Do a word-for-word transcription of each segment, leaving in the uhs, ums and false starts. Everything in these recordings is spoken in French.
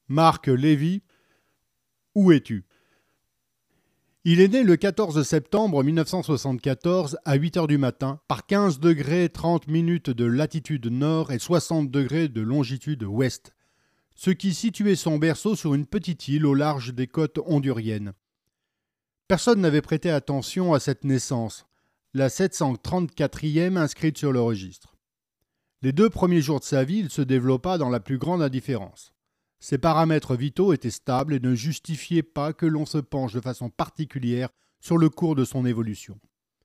Marc Lévy, où es-tu? Il est né le quatorze septembre mille neuf cent soixante-quatorze à huit heures du matin par quinze degrés trente minutes de latitude nord et soixante degrés de longitude ouest, ce qui situait son berceau sur une petite île au large des côtes honduriennes. Personne n'avait prêté attention à cette naissance, la sept cent trente-quatrième inscrite sur le registre. Les deux premiers jours de sa vie, il se développa dans la plus grande indifférence. Ses paramètres vitaux étaient stables et ne justifiaient pas que l'on se penche de façon particulière sur le cours de son évolution.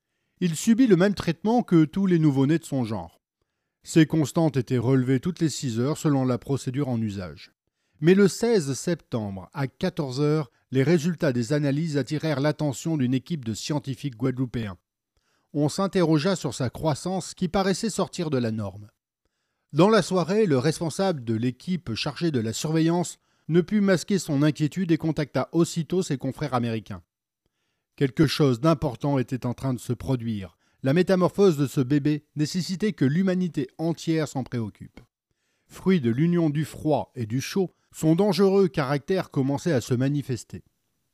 Il subit le même traitement que tous les nouveau-nés de son genre. Ses constantes étaient relevées toutes les six heures selon la procédure en usage. Mais le seize septembre, à quatorze heures, les résultats des analyses attirèrent l'attention d'une équipe de scientifiques guadeloupéens. On s'interrogea sur sa croissance qui paraissait sortir de la norme. Dans la soirée, le responsable de l'équipe chargée de la surveillance ne put masquer son inquiétude et contacta aussitôt ses confrères américains. Quelque chose d'important était en train de se produire. La métamorphose de ce bébé nécessitait que l'humanité entière s'en préoccupe. Fruit de l'union du froid et du chaud, son dangereux caractère commençait à se manifester.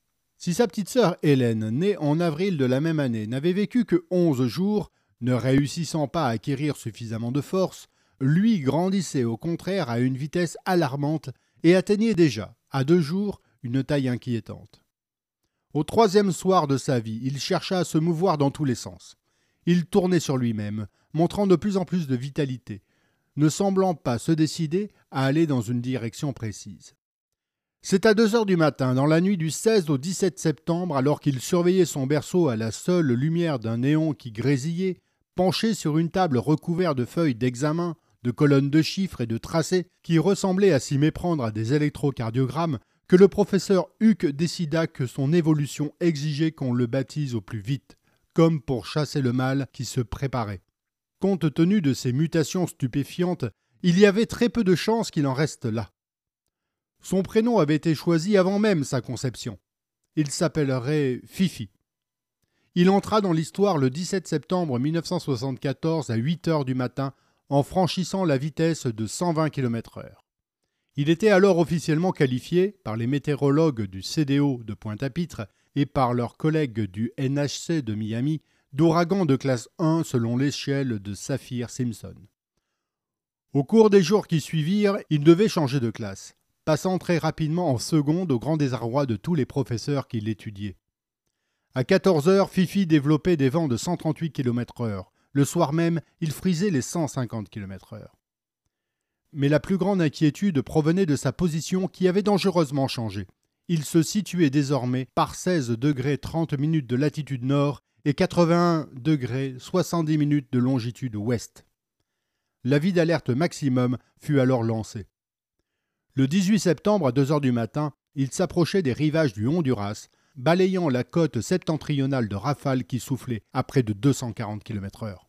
Si sa petite sœur Hélène, née en avril de la même année, n'avait vécu que onze jours, ne réussissant pas à acquérir suffisamment de force, lui grandissait au contraire à une vitesse alarmante et atteignait déjà, à deux jours, une taille inquiétante. Au troisième soir de sa vie, il chercha à se mouvoir dans tous les sens. Il tournait sur lui-même, montrant de plus en plus de vitalité, ne semblant pas se décider à aller dans une direction précise. C'est à deux heures du matin, dans la nuit du seize au dix-sept septembre, alors qu'il surveillait son berceau à la seule lumière d'un néon qui grésillait, penché sur une table recouverte de feuilles d'examen, de colonnes de chiffres et de tracés qui ressemblaient à s'y méprendre à des électrocardiogrammes, que le professeur Huck décida que son évolution exigeait qu'on le baptise au plus vite, comme pour chasser le mal qui se préparait. Compte tenu de ces mutations stupéfiantes, il y avait très peu de chances qu'il en reste là. Son prénom avait été choisi avant même sa conception. Il s'appellerait Fifi. Il entra dans l'histoire le dix-sept septembre mille neuf cent soixante-quatorze à huit heures du matin en franchissant la vitesse de cent vingt kilomètres heure. Il était alors officiellement qualifié par les météorologues du C D O de Pointe-à-Pitre et par leurs collègues du N H C de Miami d'ouragan de classe un selon l'échelle de Saffir-Simpson. Au cours des jours qui suivirent, il devait changer de classe, passant très rapidement en seconde au grand désarroi de tous les professeurs qui l'étudiaient. À quatorze heures, Fifi développait des vents de cent trente-huit kilomètres heure. Le soir même, il frisait les cent cinquante kilomètres heure. Mais la plus grande inquiétude provenait de sa position qui avait dangereusement changé. Il se situait désormais par seize degrés trente minutes de latitude nord et quatre-vingt-un degrés soixante-dix minutes de longitude ouest. L'avis d'alerte maximum fut alors lancé. Le dix-huit septembre à deux heures du matin, il s'approchait des rivages du Honduras, balayant la côte septentrionale de rafales qui soufflaient à près de deux cent quarante kilomètres heure.